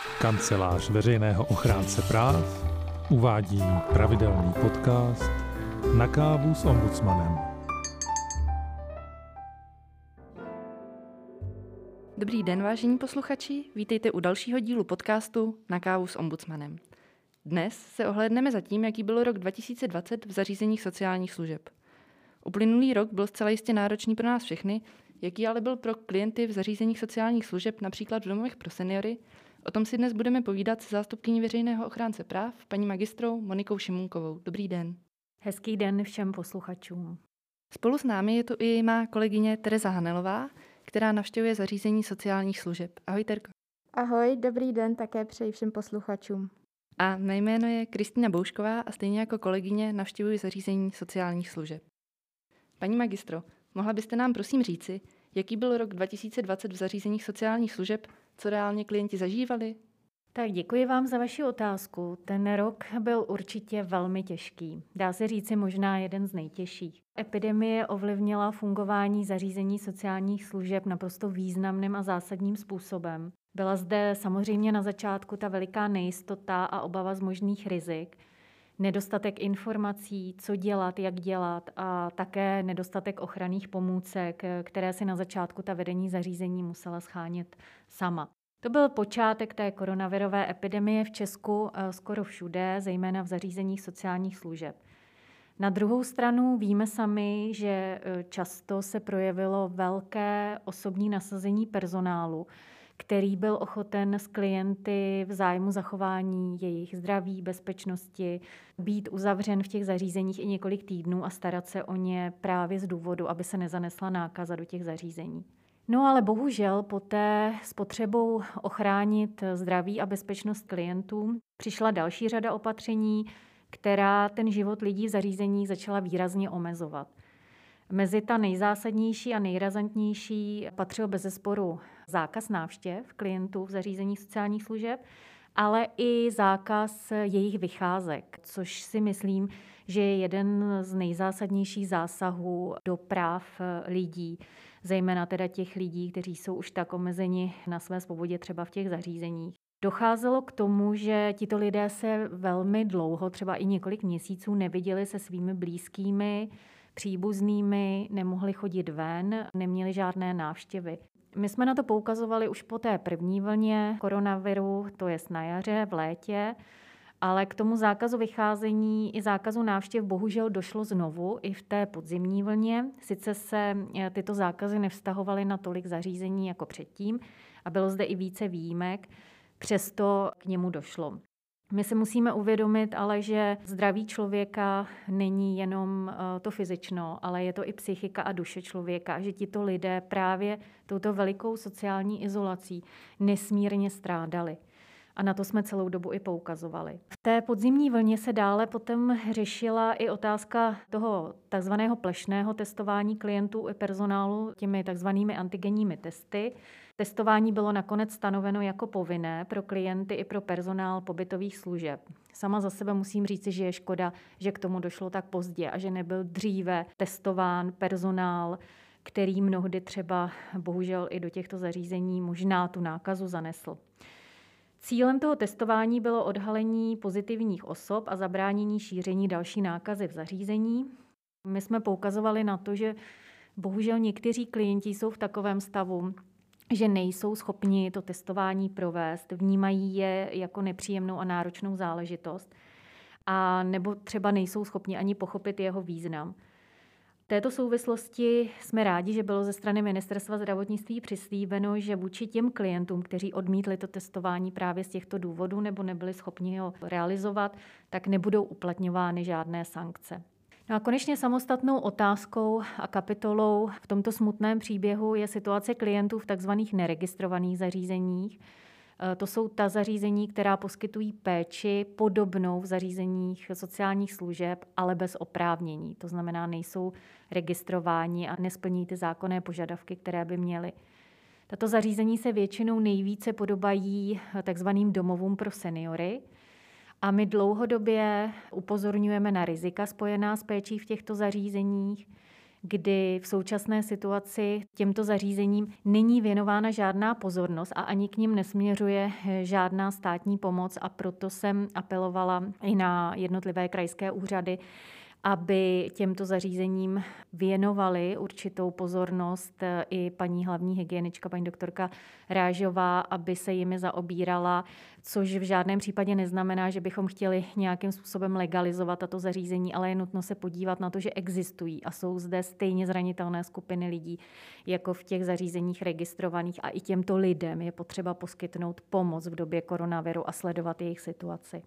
Kancelář veřejného ochránce práv uvádí pravidelný podcast Na kávu s ombudsmanem. Dobrý den, vážení posluchači, vítejte u dalšího dílu podcastu Na kávu s ombudsmanem. Dnes se ohlédneme za tím, jaký byl rok 2020 v zařízeních sociálních služeb. Uplynulý rok byl zcela jistě náročný pro nás všechny, jaký ale byl pro klienty v zařízeních sociálních služeb, například v domovech pro seniory. O tom si dnes budeme povídat se zástupkyní veřejného ochránce práv, paní magistrou Monikou Šimunkovou. Dobrý den. Hezký den všem posluchačům. Spolu s námi je tu i má kolegyně Tereza Hanelová, která navštěvuje zařízení sociálních služeb. Ahoj, Terko. Ahoj, dobrý den také přeji všem posluchačům. A mé jméno je Kristýna Boušková a stejně jako kolegyně navštěvuji zařízení sociálních služeb. Paní magistro, mohla byste nám prosím říci, jaký byl rok 2020 v zařízeních sociálních služeb, co reálně klienti zažívali? Tak děkuji vám za vaši otázku. Ten rok byl určitě velmi těžký. Dá se říci možná jeden z nejtěžších. Epidemie ovlivnila fungování zařízení sociálních služeb naprosto významným a zásadním způsobem. Byla zde samozřejmě na začátku ta veliká nejistota a obava z možných rizik, nedostatek informací, co dělat, jak dělat a také nedostatek ochranných pomůcek, které si na začátku ta vedení zařízení musela schánět sama. To byl počátek té koronavirové epidemie v Česku skoro všude, zejména v zařízeních sociálních služeb. Na druhou stranu víme sami, že často se projevilo velké osobní nasazení personálu, který byl ochoten s klienty v zájmu zachování jejich zdraví, bezpečnosti, být uzavřen v těch zařízeních i několik týdnů a starat se o ně právě z důvodu, aby se nezanesla nákaza do těch zařízení. No ale bohužel poté s potřebou ochránit zdraví a bezpečnost klientů přišla další řada opatření, která ten život lidí v zařízeních začala výrazně omezovat. Mezi ta nejzásadnější a nejrazantnější patřil bezesporu zákaz návštěv klientů v zařízeních sociálních služeb, ale i zákaz jejich vycházek, což si myslím, že je jeden z nejzásadnějších zásahů do práv lidí, zejména teda těch lidí, kteří jsou už tak omezeni na své svobodě třeba v těch zařízeních. Docházelo k tomu, že tito lidé se velmi dlouho, třeba i několik měsíců, neviděli se svými blízkými, příbuznými, nemohli chodit ven, neměli žádné návštěvy. My jsme na to poukazovali už po té první vlně koronaviru, to jest na jaře, v létě, ale k tomu zákazu vycházení i zákazu návštěv bohužel došlo znovu i v té podzimní vlně. Sice se tyto zákazy nevztahovaly na tolik zařízení jako předtím a bylo zde i více výjimek, přesto k němu došlo. My si musíme uvědomit ale, že zdraví člověka není jenom to fyzično, ale je to i psychika a duše člověka, že tito lidé právě touto velikou sociální izolací nesmírně strádali. A na to jsme celou dobu i poukazovali. V té podzimní vlně se dále potom řešila i otázka toho takzvaného plošného testování klientů i personálu těmi takzvanými antigenními testy. Testování bylo nakonec stanoveno jako povinné pro klienty i pro personál pobytových služeb. Sama za sebe musím říci, že je škoda, že k tomu došlo tak pozdě a že nebyl dříve testován personál, který mnohdy třeba bohužel i do těchto zařízení možná tu nákazu zanesl. Cílem toho testování bylo odhalení pozitivních osob a zabránění šíření další nákazy v zařízení. My jsme poukazovali na to, že bohužel někteří klienti jsou v takovém stavu, že nejsou schopni to testování provést, vnímají je jako nepříjemnou a náročnou záležitost a nebo třeba nejsou schopni ani pochopit jeho význam. V této souvislosti jsme rádi, že bylo ze strany Ministerstva zdravotnictví přislíbeno, že vůči těm klientům, kteří odmítli to testování právě z těchto důvodů nebo nebyli schopni ho realizovat, tak nebudou uplatňovány žádné sankce. No a konečně samostatnou otázkou a kapitolou v tomto smutném příběhu je situace klientů v tzv. Neregistrovaných zařízeních. To jsou ta zařízení, která poskytují péči podobnou v zařízeních sociálních služeb, ale bez oprávnění. To znamená, nejsou registrováni a nesplní ty zákonné požadavky, které by měly. Tato zařízení se většinou nejvíce podobají takzvaným domovům pro seniory. A my dlouhodobě upozorňujeme na rizika spojená s péčí v těchto zařízeních, kdy v současné situaci těmto zařízením není věnována žádná pozornost a ani k nim nesměřuje žádná státní pomoc, a proto jsem apelovala i na jednotlivé krajské úřady, aby těmto zařízením věnovali určitou pozornost, i paní hlavní hygienička, paní doktorka Rážová, aby se jimi zaobírala, což v žádném případě neznamená, že bychom chtěli nějakým způsobem legalizovat tato zařízení, ale je nutno se podívat na to, že existují a jsou zde stejně zranitelné skupiny lidí, jako v těch zařízeních registrovaných, a i těmto lidem je potřeba poskytnout pomoc v době koronaviru a sledovat jejich situaci.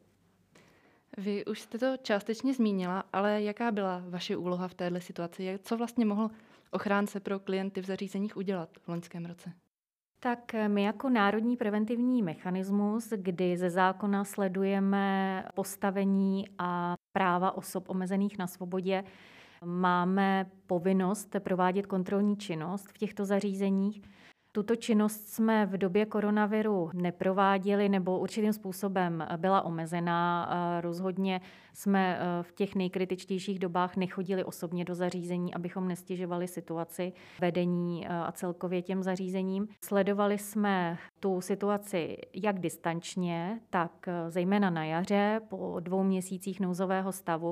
Vy už jste to částečně zmínila, ale jaká byla vaše úloha v této situaci? Co vlastně mohl ochránce pro klienty v zařízeních udělat v loňském roce? Tak my jako národní preventivní mechanismus, kdy ze zákona sledujeme postavení a práva osob omezených na svobodě, máme povinnost provádět kontrolní činnost v těchto zařízeních. Tuto činnost jsme v době koronaviru neprováděli, nebo určitým způsobem byla omezená. Rozhodně jsme v těch nejkritičtějších dobách nechodili osobně do zařízení, abychom nestěžovali situaci vedení a celkově těm zařízením. Sledovali jsme tu situaci jak distančně, tak zejména na jaře po 2 měsících nouzového stavu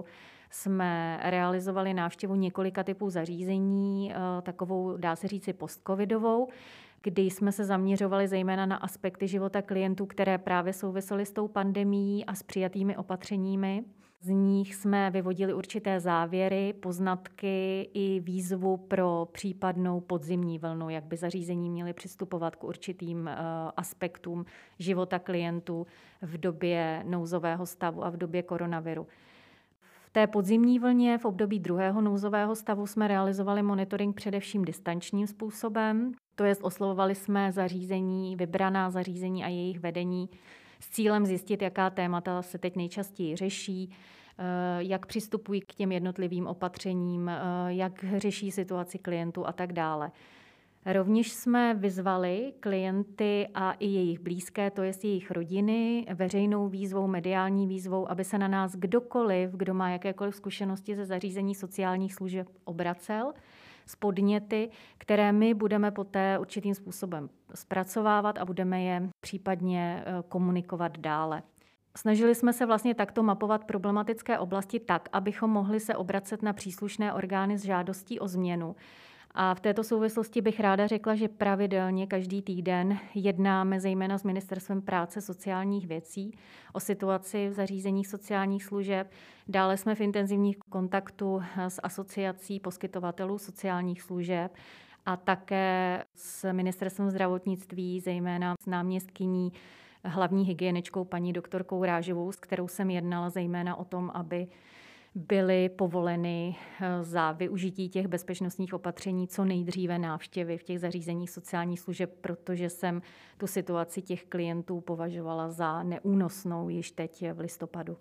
jsme realizovali návštěvu několika typů zařízení, takovou, dá se říci, postcovidovou, kdy jsme se zaměřovali zejména na aspekty života klientů, které právě souvisely s tou pandemií a s přijatými opatřeními. Z nich jsme vyvodili určité závěry, poznatky i výzvu pro případnou podzimní vlnu, jak by zařízení měly přistupovat k určitým aspektům života klientů v době nouzového stavu a v době koronaviru. V té podzimní vlně v období 2. nouzového stavu jsme realizovali monitoring především distančním způsobem, to jest oslovovali jsme zařízení, vybraná zařízení a jejich vedení s cílem zjistit, jaká témata se teď nejčastěji řeší, jak přistupují k těm jednotlivým opatřením, jak řeší situaci klientů a tak dále. Rovněž jsme vyzvali klienty a i jejich blízké, to jest jejich rodiny, veřejnou výzvou, mediální výzvou, aby se na nás kdokoliv, kdo má jakékoliv zkušenosti ze zařízení sociálních služeb, obracel s podněty, které my budeme poté určitým způsobem zpracovávat a budeme je případně komunikovat dále. Snažili jsme se vlastně takto mapovat problematické oblasti tak, abychom mohli se obracet na příslušné orgány s žádostí o změnu. A v této souvislosti bych ráda řekla, že pravidelně každý týden jednáme zejména s Ministerstvem práce sociálních věcí o situaci v zařízeních sociálních služeb. Dále jsme v intenzivním kontaktu s asociací poskytovatelů sociálních služeb a také s Ministerstvem zdravotnictví, zejména s náměstkyní hlavní hygieničkou paní doktorkou Rážovou, s kterou jsem jednala zejména o tom, aby byly povoleny za využití těch bezpečnostních opatření co nejdříve návštěvy v těch zařízeních sociálních služeb, protože jsem tu situaci těch klientů považovala za neúnosnou již teď v listopadu.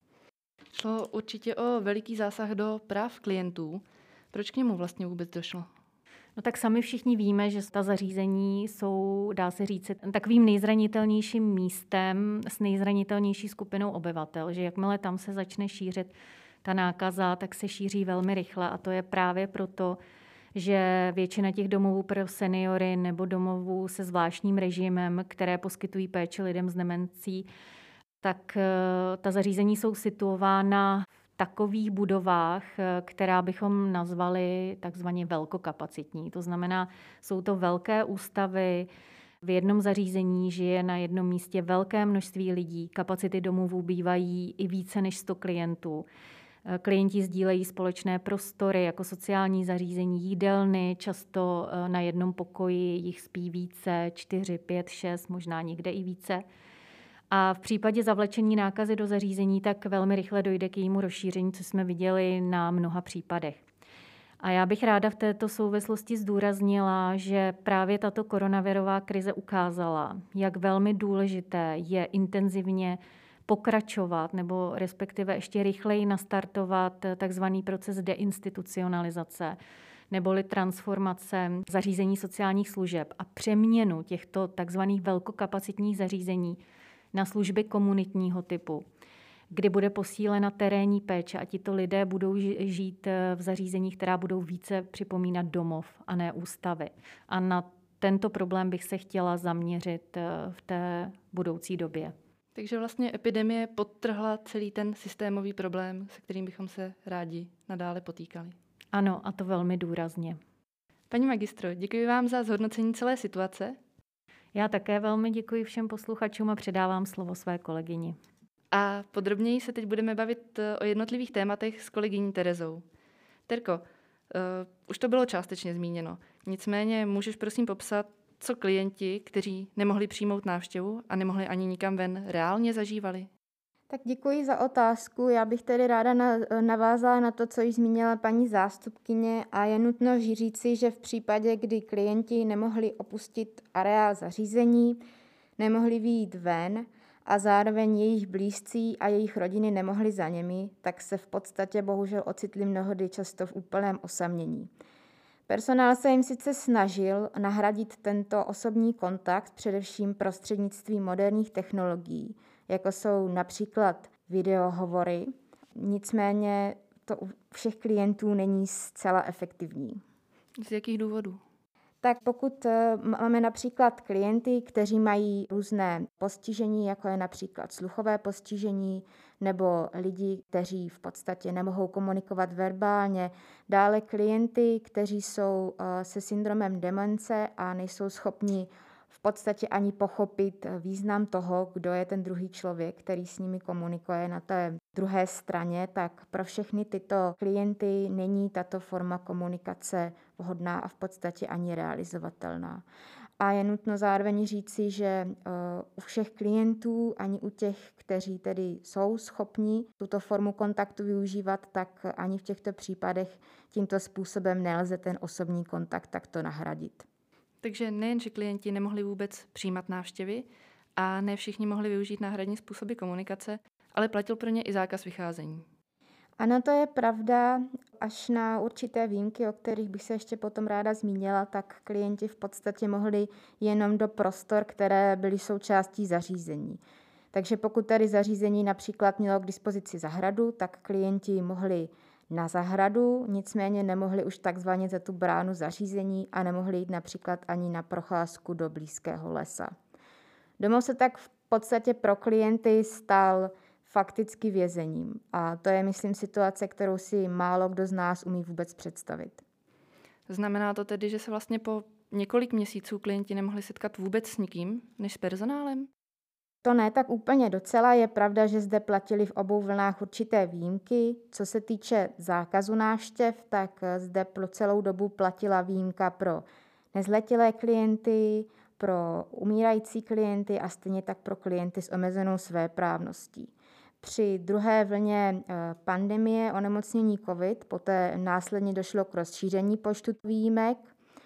Šlo určitě o veliký zásah do práv klientů. Proč k němu vlastně vůbec došlo? No tak sami všichni víme, že ta zařízení jsou, dá se říct, takovým nejzranitelnějším místem s nejzranitelnější skupinou obyvatel, že jakmile tam se začne šířit ta nákaza, tak se šíří velmi rychle, a to je právě proto, že většina těch domovů pro seniory nebo domovů se zvláštním režimem, které poskytují péči lidem s demencí, tak ta zařízení jsou situována v takových budovách, která bychom nazvali takzvaně velkokapacitní. To znamená, jsou to velké ústavy, v jednom zařízení žije na jednom místě velké množství lidí, kapacity domovů bývají i více než 100 klientů. Klienti sdílejí společné prostory jako sociální zařízení, jídelny, často na jednom pokoji jich spí více, 4, 5, 6, možná někde i více. A v případě zavlečení nákazy do zařízení tak velmi rychle dojde k jejímu rozšíření, co jsme viděli na mnoha případech. A já bych ráda v této souvislosti zdůraznila, že právě tato koronavirová krize ukázala, jak velmi důležité je intenzivně pokračovat nebo respektive ještě rychleji nastartovat takzvaný proces deinstitucionalizace neboli transformace zařízení sociálních služeb a přeměnu těchto takzvaných velkokapacitních zařízení na služby komunitního typu, kdy bude posílena terénní péče a tito lidé budou žít v zařízeních, která budou více připomínat domov a ne ústavy. A na tento problém bych se chtěla zaměřit v té budoucí době. Takže vlastně epidemie podtrhla celý ten systémový problém, se kterým bychom se rádi nadále potýkali. Ano, a to velmi důrazně. Paní magistro, děkuji vám za zhodnocení celé situace. Já také velmi děkuji všem posluchačům a předávám slovo své kolegyni. A podrobněji se teď budeme bavit o jednotlivých tématech s kolegyní Terezou. Terko, už to bylo částečně zmíněno. Nicméně můžeš prosím popsat, co klienti, kteří nemohli přijmout návštěvu a nemohli ani nikam ven, reálně zažívali? Tak děkuji za otázku. Já bych tedy ráda navázala na to, co již zmínila paní zástupkyně, a je nutno říci, že v případě, kdy klienti nemohli opustit areál zařízení, nemohli vyjít ven a zároveň jejich blízcí a jejich rodiny nemohli za nimi, tak se v podstatě bohužel ocitli mnohdy často v úplném osamění. Personál se jim sice snažil nahradit tento osobní kontakt především prostřednictvím moderních technologií, jako jsou například videohovory, nicméně to u všech klientů není zcela efektivní. Z jakých důvodů? Tak pokud máme například klienty, kteří mají různé postižení, jako je například sluchové postižení, nebo lidi, kteří v podstatě nemohou komunikovat verbálně, dále klienty, kteří jsou se syndromem demence a nejsou schopni v podstatě ani pochopit význam toho, kdo je ten druhý člověk, který s nimi komunikuje na té druhé straně, tak pro všechny tyto klienty není tato forma komunikace vhodná a v podstatě ani realizovatelná. A je nutno zároveň říci, že u všech klientů, ani u těch, kteří tedy jsou schopni tuto formu kontaktu využívat, tak ani v těchto případech tímto způsobem nelze ten osobní kontakt takto nahradit. Takže nejen, že klienti nemohli vůbec přijímat návštěvy a ne všichni mohli využít náhradní způsoby komunikace, ale platil pro ně i zákaz vycházení. Ano, to je pravda. Až na určité výjimky, o kterých bych se ještě potom ráda zmínila, tak klienti v podstatě mohli jenom do prostor, které byly součástí zařízení. Takže pokud tady zařízení například mělo k dispozici zahradu, tak klienti mohli na zahradu, nicméně nemohli už takzvaně za tu bránu zařízení a nemohli jít například ani na procházku do blízkého lesa. Domov se tak v podstatě pro klienty stal fakticky vězením a to je, myslím, situace, kterou si málo kdo z nás umí vůbec představit. Znamená to tedy, že se vlastně po několik měsíců klienti nemohli setkat vůbec s nikým, než s personálem? To ne tak úplně docela. Je pravda, že zde platily v obou vlnách určité výjimky. Co se týče zákazu návštěv, tak zde po celou dobu platila výjimka pro nezletilé klienty, pro umírající klienty a stejně tak pro klienty s omezenou svéprávností. Při druhé vlně pandemie onemocnění COVID poté následně došlo k rozšíření počtu výjimek.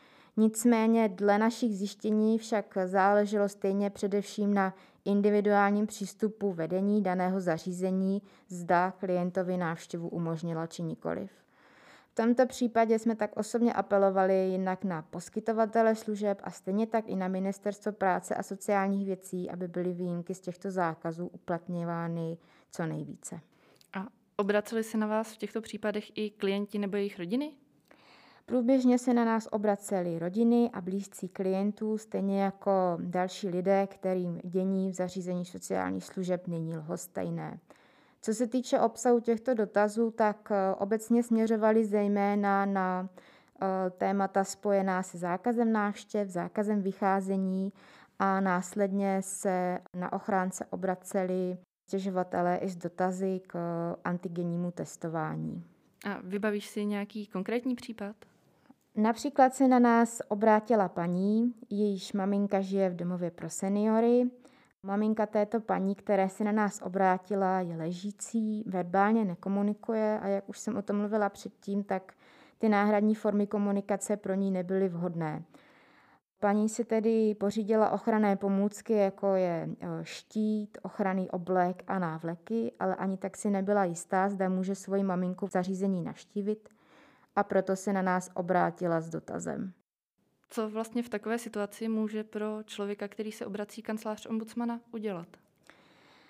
Nicméně dle našich zjištění však záleželo stejně především na individuálním přístupu vedení daného zařízení, zda klientovi návštěvu umožnila či nikoliv. V tomto případě jsme tak osobně apelovali jednak na poskytovatele služeb a stejně tak i na Ministerstvo práce a sociálních věcí, aby byly výjimky z těchto zákazů uplatňovány co nejvíce. A obraceli se na vás v těchto případech i klienti nebo jejich rodiny? Průběžně se na nás obraceli rodiny a blízcí klientů, stejně jako další lidé, kterým dění v zařízení sociálních služeb není lhostejné. Co se týče obsahu těchto dotazů, tak obecně směřovali zejména na témata spojená se zákazem návštěv, zákazem vycházení a následně se na ochránce obraceli stěžovatelé i s dotazy k antigennímu testování. A vybavíš si nějaký konkrétní případ? Například se na nás obrátila paní, jejíž maminka žije v domově pro seniory. Maminka této paní, které se na nás obrátila, je ležící, verbálně nekomunikuje a jak už jsem o tom mluvila předtím, tak ty náhradní formy komunikace pro ní nebyly vhodné. Paní si tedy pořídila ochranné pomůcky, jako je štít, ochranný oblek a návleky, ale ani tak si nebyla jistá, zda může svoji maminku v zařízení navštívit a proto se na nás obrátila s dotazem. Co vlastně v takové situaci může pro člověka, který se obrací kancelář ombudsmana, udělat?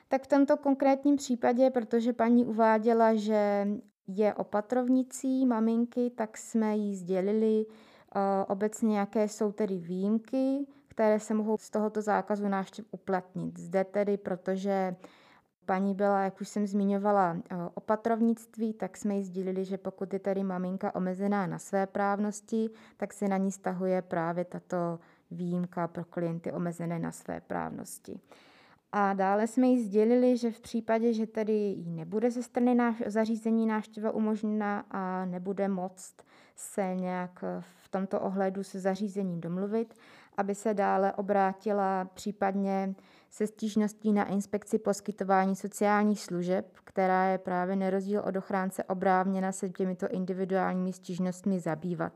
Tak v tomto konkrétním případě, protože paní uváděla, že je opatrovnicí maminky, tak jsme jí sdělili obecně, jaké jsou tedy výjimky, které se mohou z tohoto zákazu návštěv uplatnit. Zde tedy, protože paní byla, jak už jsem zmiňovala, opatrovnictví, tak jsme jí sdělili, že pokud je tedy maminka omezená na svéprávnosti, tak se na ní stahuje právě tato výjimka pro klienty omezené na svéprávnosti. A dále jsme jí sdělili, že v případě, že tedy jí nebude ze strany zařízení návštěva umožněna a nebude moct se nějak v tomto ohledu se zařízením domluvit, aby se dále obrátila případně se stížností na inspekci poskytování sociálních služeb, která je právě na rozdíl od ochránce oprávněna se těmito individuálními stížnostmi zabývat.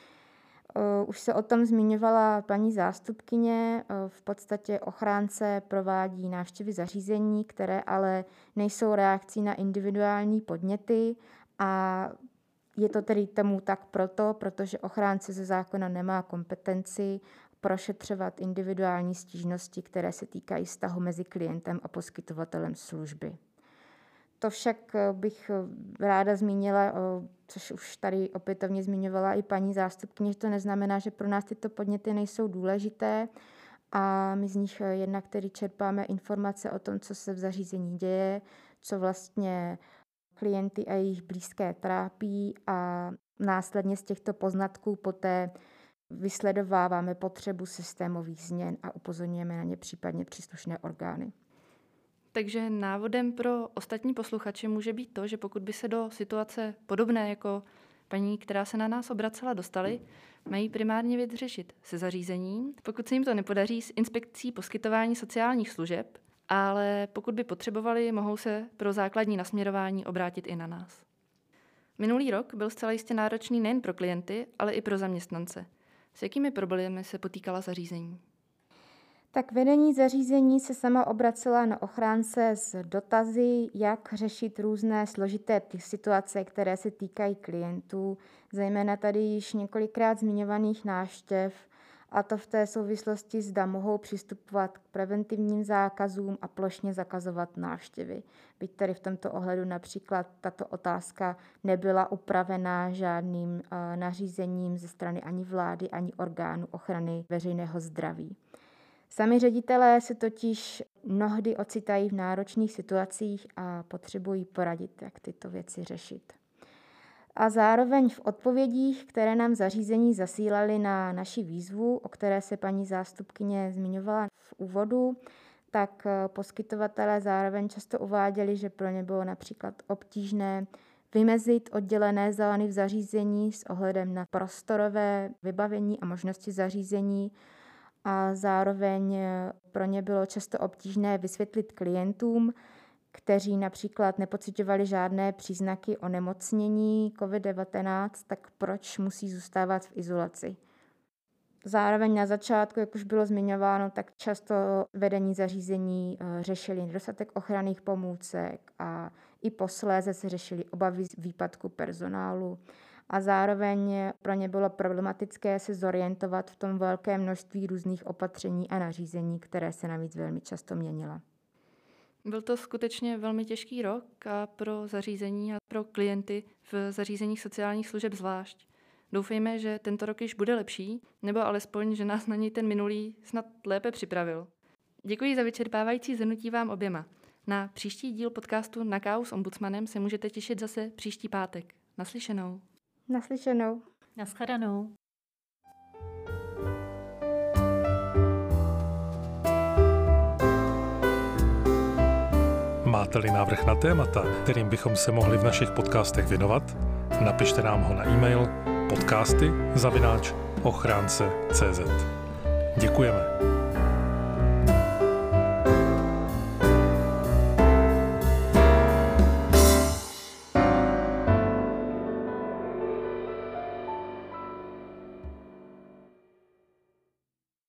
Už se o tom zmiňovala paní zástupkyně, v podstatě ochránce provádí návštěvy zařízení, které ale nejsou reakcí na individuální podněty a je to tedy tomu tak protože ochránce ze zákona nemá kompetenci prošetřovat individuální stížnosti, které se týkají vztahu mezi klientem a poskytovatelem služby. To však bych ráda zmínila, což už tady opětovně zmiňovala i paní zástupkyně, že to neznamená, že pro nás tyto podněty nejsou důležité a my z nich jednak tedy čerpáme informace o tom, co se v zařízení děje, co vlastně klienty a jejich blízké trápí a následně z těchto poznatků poté vysledováváme potřebu systémových změn a upozorňujeme na ně případně příslušné orgány. Takže návodem pro ostatní posluchače může být to, že pokud by se do situace podobné jako paní, která se na nás obracela, dostali, mají primárně věc řešit se zařízením. Pokud se jim to nepodaří, s inspekcí poskytování sociálních služeb, ale pokud by potřebovali, mohou se pro základní nasměrování obrátit i na nás. Minulý rok byl zcela jistě náročný nejen pro klienty, ale i pro zaměstnance. S jakými problémy se potýkala zařízení? Tak vedení zařízení se sama obracela na ochránce s dotazy, jak řešit různé složité situace, které se týkají klientů, zejména tady již několikrát zmiňovaných návštěv, a to v té souvislosti zda mohou přistupovat k preventivním zákazům a plošně zakazovat návštěvy. Byť tady v tomto ohledu například tato otázka nebyla upravená žádným nařízením ze strany ani vlády, ani orgánu ochrany veřejného zdraví. Sami ředitelé se totiž mnohdy ocitají v náročných situacích a potřebují poradit, jak tyto věci řešit. A zároveň v odpovědích, které nám zařízení zasílali na naši výzvu, o které se paní zástupkyně zmiňovala v úvodu, tak poskytovatelé zároveň často uváděli, že pro ně bylo například obtížné vymezit oddělené zóny v zařízení s ohledem na prostorové vybavení a možnosti zařízení, a zároveň pro ně bylo často obtížné vysvětlit klientům, kteří například nepociťovali žádné příznaky onemocnění COVID-19, tak proč musí zůstávat v izolaci. Zároveň na začátku, jak už bylo zmiňováno, tak často vedení zařízení řešili nedostatek ochranných pomůcek a i posléze se řešili obavy z výpadku personálu. A zároveň pro ně bylo problematické se zorientovat v tom velké množství různých opatření a nařízení, které se navíc velmi často měnila. Byl to skutečně velmi těžký rok a pro zařízení a pro klienty v zařízeních sociálních služeb zvlášť. Doufejme, že tento rok již bude lepší, nebo alespoň, že nás na něj ten minulý snad lépe připravil. Děkuji za vyčerpávající shrnutí vám oběma. Na příští díl podcastu Na kávu s ombudsmanem se můžete těšit zase příští pátek. Naslyšenou. Naslyšenou. Naschledanou. Máte-li návrh na témata, kterým bychom se mohli v našich podcastech věnovat, napište nám ho na e-mail podcasty@ochránce.cz. Děkujeme.